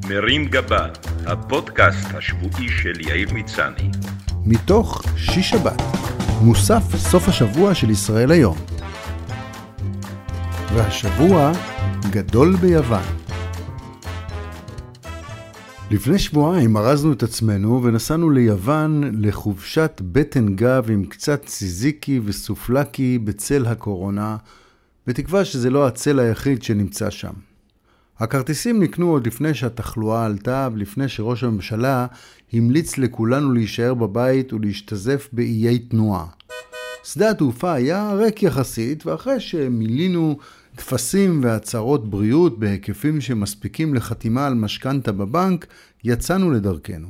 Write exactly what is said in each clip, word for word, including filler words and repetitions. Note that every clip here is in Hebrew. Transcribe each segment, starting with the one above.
מרים גבה, הפודקאסט השבועי של יאיר מצני. מתוך שיש שבת, מוסף סוף השבוע של ישראל היום. והשבוע גדול ביוון. לפני שבועיים ארזנו את עצמנו ונסענו ליוון לחופשת בטן גב עם קצת סיזיקי וסופלקי בצל הקורונה, בתקווה שזה לא הצל היחיד שנמצא שם. הכרטיסים נקנו עוד לפני שהתחלואה עלתה ולפני שראש הממשלה המליץ לכולנו להישאר בבית ולהשתזף באיי תנועה. שדה התעופה היה ריק יחסית, ואחרי שמילינו תפסים והצהרות בריאות בהיקפים שמספיקים לחתימה על משכנתה בבנק, יצאנו לדרכנו.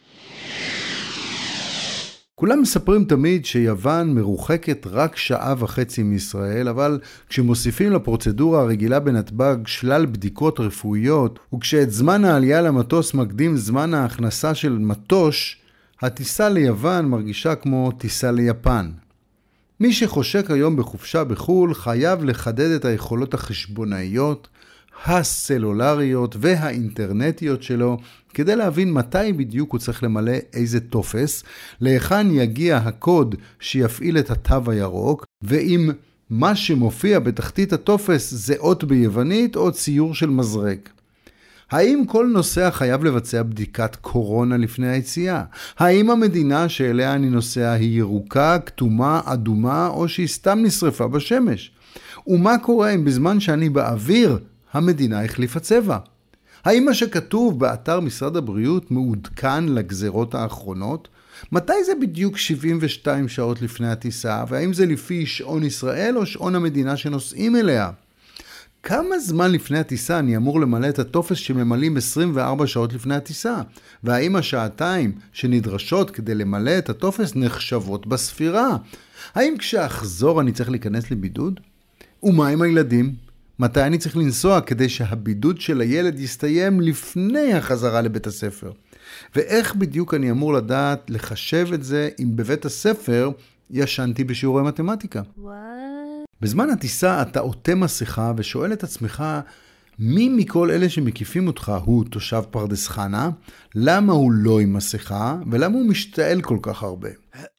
כולם מספרים תמיד שיוון מרוחקת רק שעה וחצי מישראל, אבל כשמוסיפים לפרוצדורה הרגילה בנתב"ג שלל בדיקות רפואיות, וכשאת זמן העלייה למטוס מקדים זמן ההכנסה של מטוש, הטיסה ליוון מרגישה כמו טיסה ליפן. מי שחושק היום בחופשה בחול חייב לחדד את היכולות החשבונאיות, הסלולריות והאינטרנטיות שלו, כדי להבין מתי בדיוק הוא צריך למלא איזה טופס, להיכן יגיע הקוד שיפעיל את התו הירוק, ואם מה שמופיע בתחתית הטופס זה אות ביוונית או ציור של מזרק. האם כל נוסע חייב לבצע בדיקת קורונה לפני היציאה? האם המדינה שאליה אני נוסע היא ירוקה, כתומה, אדומה או שהיא סתם נשרפה בשמש? ומה קורה אם בזמן שאני באוויר המדינה החליפה צבע? האם מה שכתוב באתר משרד הבריאות מעודכן לגזרות האחרונות? מתי זה בדיוק שבעים ושתיים שעות לפני הטיסה? והאם זה לפי שעון ישראל או שעון המדינה שנוסעים אליה? כמה זמן לפני הטיסה אני אמור למלא את הטופס שממלאים עשרים וארבע שעות לפני הטיסה? והאם השעתיים שנדרשות כדי למלא את הטופס נחשבות בספירה? האם כשאחזור אני צריך להיכנס לבידוד? ומה עם הילדים? מתי אני צריך לנסוע כדי שהבידוד של הילד יסתיים לפני החזרה לבית הספר? ואיך בדיוק אני אמור לדעת לחשב את זה אם בבית הספר ישנתי בשיעורי מתמטיקה? What? בזמן הטיסה אתה עוטה מסכה ושואל את עצמך, מי מכל אלה שמקיפים אותך הוא תושב פרדס חנה? למה הוא לא עם מסכה? ולמה הוא משתעל כל כך הרבה?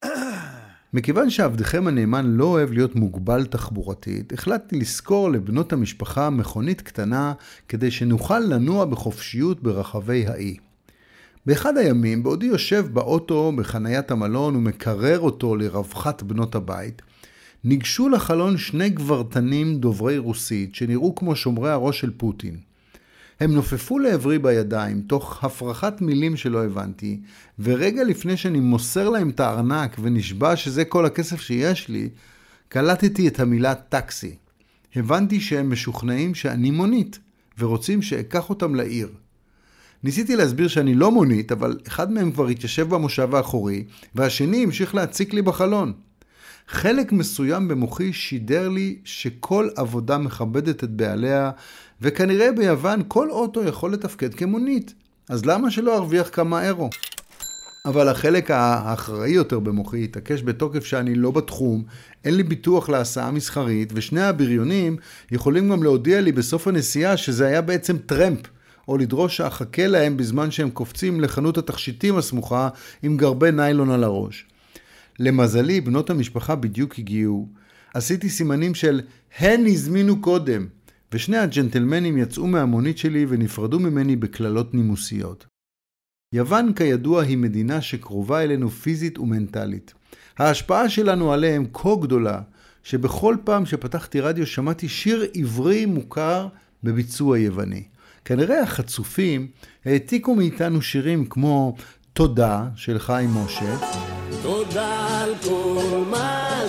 מכיוון שעבדכם הנאמן לא אוהב להיות מוגבל תחבורתית, החלטתי לזכור לבנות המשפחה מכונית קטנה כדי שנוכל לנוע בחופשיות ברחבי האי. באחד הימים, בעודי יושב באוטו בחניית המלון ומקרר אותו לרווחת בנות הבית, ניגשו לחלון שני גברתנים דוברי רוסית שנראו כמו שומרי הראש של פוטין. הם נופפו לעברי בידיים תוך הפרחת מילים שלא הבנתי, ורגע לפני שאני מוסר להם את הארנק ונשבע שזה כל הכסף שיש לי, קלטתי את המילה טקסי. הבנתי שהם משוכנעים שאני מונית, ורוצים שאקח אותם לעיר. ניסיתי להסביר שאני לא מונית, אבל אחד מהם כבר התיישב במושב האחורי, והשני המשיך להציק לי בחלון. חלק מסוים במוחי שידר לי שכל עבודה מכבדת את בעליה, וכנראה ביוון כל אוטו יכול לתפקד כמונית. אז למה שלא ארוויח כמה אירו? אבל החלק האחראי יותר במוחי התעקש בתוקף שאני לא בתחום, אין לי ביטוח להסעה מסחרית, ושני הבריונים יכולים גם להודיע לי בסוף הנסיעה שזה היה בעצם טרמפ, או לדרוש שאחכה להם בזמן שהם קופצים לחנות התכשיטים הסמוכה עם גרבי ניילון על הראש. למזלי, בנות המשפחה בדיוק הגיעו. עשיתי סימנים של הן הזמינו קודם, ושני הג'נטלמנים יצאו מהמונית שלי ונפרדו ממני בכללות נימוסיות. יוון כידוע היא מדינה שקרובה אלינו פיזית ומנטלית. ההשפעה שלנו עליהם כה גדולה, שבכל פעם שפתחתי רדיו שמעתי שיר עברי מוכר בביצוע יווני. כנראה החצופים העתיקו מאיתנו שירים כמו תודה של חיים משה, תודה על כל מה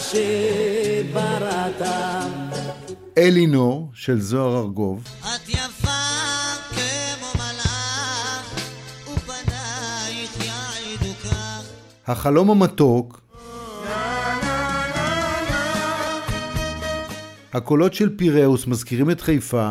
שבראת, אלינור של זוהר ארגוב, את יפה כמו מלאך ופנייך יעידו כך, החלום המתוק, הקולות של פיראוס מזכירים את חיפה,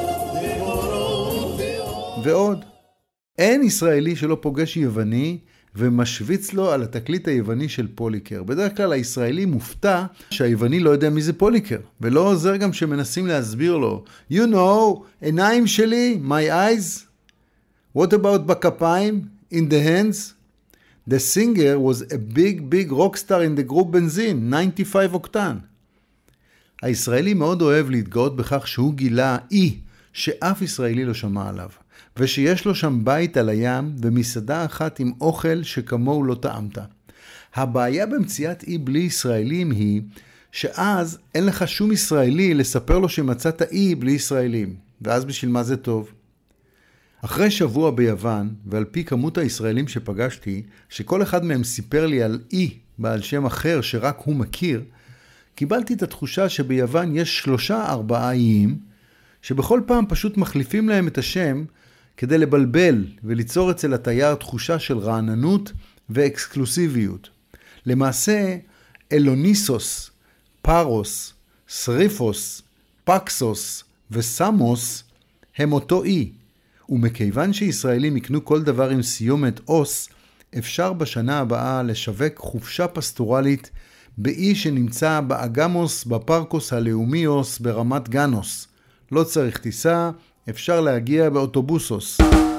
ועוד. אין ישראלי שלא פוגש יווני ומשוויץ לו על התקליט היווני של פוליקר. בדרך כלל הישראלי מופתע שהיווני לא יודע מי זה פוליקר, ולא עוזר גם שמנסים להסביר לו. You know, עיניים שלי, my eyes. What about בכפיים? In the hands? The singer was a big big rock star in the group בנזין, תשעים וחמש אוקטן. הישראלי מאוד אוהב להתגאות בכך שהוא גילה אי שאף ישראלי לא שמע עליו, ושיש לו שם בית על הים ומסעדה אחת עם אוכל שכמוהו לא טעמת. הבעיה במציאת אי בלי ישראלים היא שאז אין לך שום ישראלי לספר לו שמצאת אי בלי ישראלים, ואז בשביל מה זה טוב? אחרי שבוע ביוון, ועל פי כמות הישראלים שפגשתי, שכל אחד מהם סיפר לי על אי בעל שם אחר שרק הוא מכיר, קיבלתי את התחושה שביוון יש שלושה ארבעה איים, שבכל פעם פשוט מחליפים להם את השם כדי לבלבל וליצור אצל התייר תחושה של רעננות ואקסקלוסיביות. למעשה, אלוניסוס, פארוס, סריפוס, פקסוס וסמוס הם אותו אי. ומכיוון שישראלים יקנו כל דבר עם סיומת אוס, אפשר בשנה הבאה לשווק חופשה פסטורלית באי שנמצא באגמוס בפארקוס הלאומיוס ברמת גנוס. לא צריך טיסה, אפשר להגיע באוטובוסוס.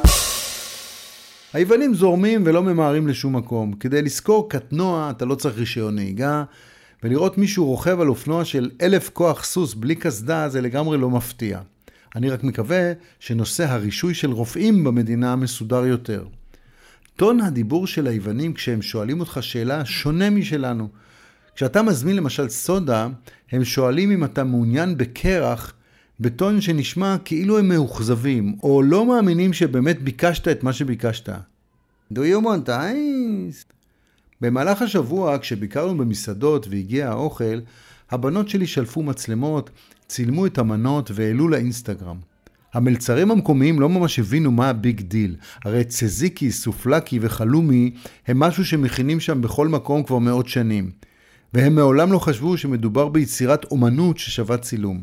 היוונים זורמים ולא ממהרים לשום מקום. כדי לזכור קטנוע אתה לא צריך רישיון נהיגה, ולראות מישהו רוכב על אופנוע של אלף כוח סוס בלי קסדה זה לגמרי לא מפתיע. אני רק מקווה שנושא הרישוי של רופאים במדינה מסודר יותר. טון הדיבור של היוונים כשהם שואלים אותך שאלה שונה משלנו. כשאתה מזמין למשל סודה, הם שואלים אם אתה מעוניין בקרח, בטון שנשמע כאילו הם מאוכזבים, או לא מאמינים שבאמת ביקשת את מה שביקשת. Do you want ice? במהלך השבוע, כשביקרנו במסעדות והגיע האוכל, הבנות שלי שלפו מצלמות, צילמו את המנות והעלו לאינסטגרם. המלצרים המקומיים לא ממש הבינו מה הביג דיל. הרי צזיקי, סופלקי וחלומי הם משהו שמכינים שם בכל מקום כבר מאות שנים. והם מעולם לא חשבו שמדובר ביצירת אומנות ששווה צילום.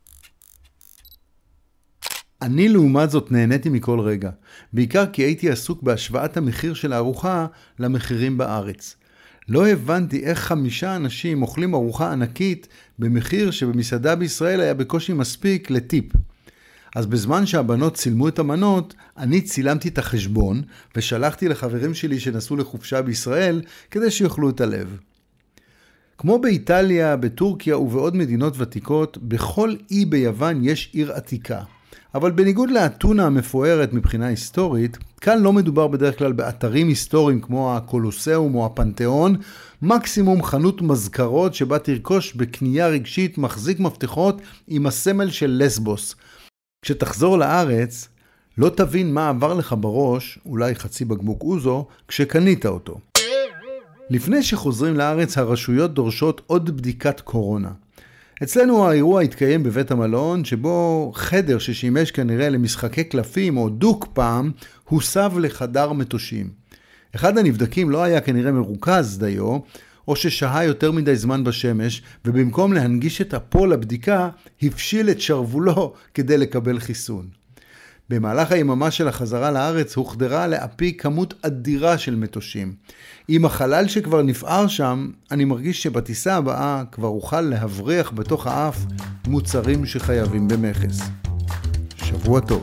אני לעומת זאת נהניתי מכל רגע, בעיקר כי הייתי עסוק בהשוואת המחיר של הארוחה למחירים בארץ. לא הבנתי איך חמישה אנשים אוכלים ארוחה ענקית במחיר שבמסעדה בישראל היה בקושי מספיק לטיפ. אז בזמן שהבנות צילמו את המנות, אני צילמתי את החשבון ושלחתי לחברים שלי שנסעו לחופשה בישראל כדי שיאכלו את הלב. כמו באיטליה, בטורקיה ובעוד מדינות ותיקות, בכל אי ביוון יש עיר עתיקה. אבל בניגוד לאתונה המפוארת מבחינה היסטורית, כאן לא מדובר בדרך כלל באתרים היסטוריים כמו הקולוסאום או הפנתיאון, מקסימום חנות מזכרות שבה תרכוש בקנייה רגשית מחזיק מפתחות עם הסמל של לסבוס. כשתחזור לארץ, לא תבין מה עבר לך בראש, אולי חצי בקבוק אוזו, כשקנית אותו. לפני שחוזרים לארץ, הרשויות דורשות עוד בדיקת קורונה. אצלנו האירוע התקיים בבית המלון, שבו חדר ששימש כנראה למשחקי קלפים או דוק פעם, הוסב לחדר מטושים. אחד הנבדקים לא היה כנראה מרוכז דיו, או ששהה יותר מדי זמן בשמש, ובמקום להנגיש את אפו לבדיקה, הפשיל את שרבולו כדי לקבל חיסון. במהלך היממה של החזרה לארץ הוחדרה לאפי כמות אדירה של מטושים. עם החלל שכבר נפער שם, אני מרגיש שבטיסה הבאה כבר אוכל להבריח בתוך האף מוצרים שחייבים במכס. שבוע טוב.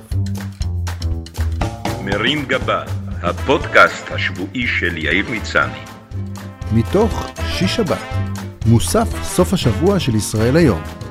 מרים גבה, הפודקאסט השבועי של יאיר מצני. מתוך שיש שבת, מוסף סוף השבוע של ישראל היום.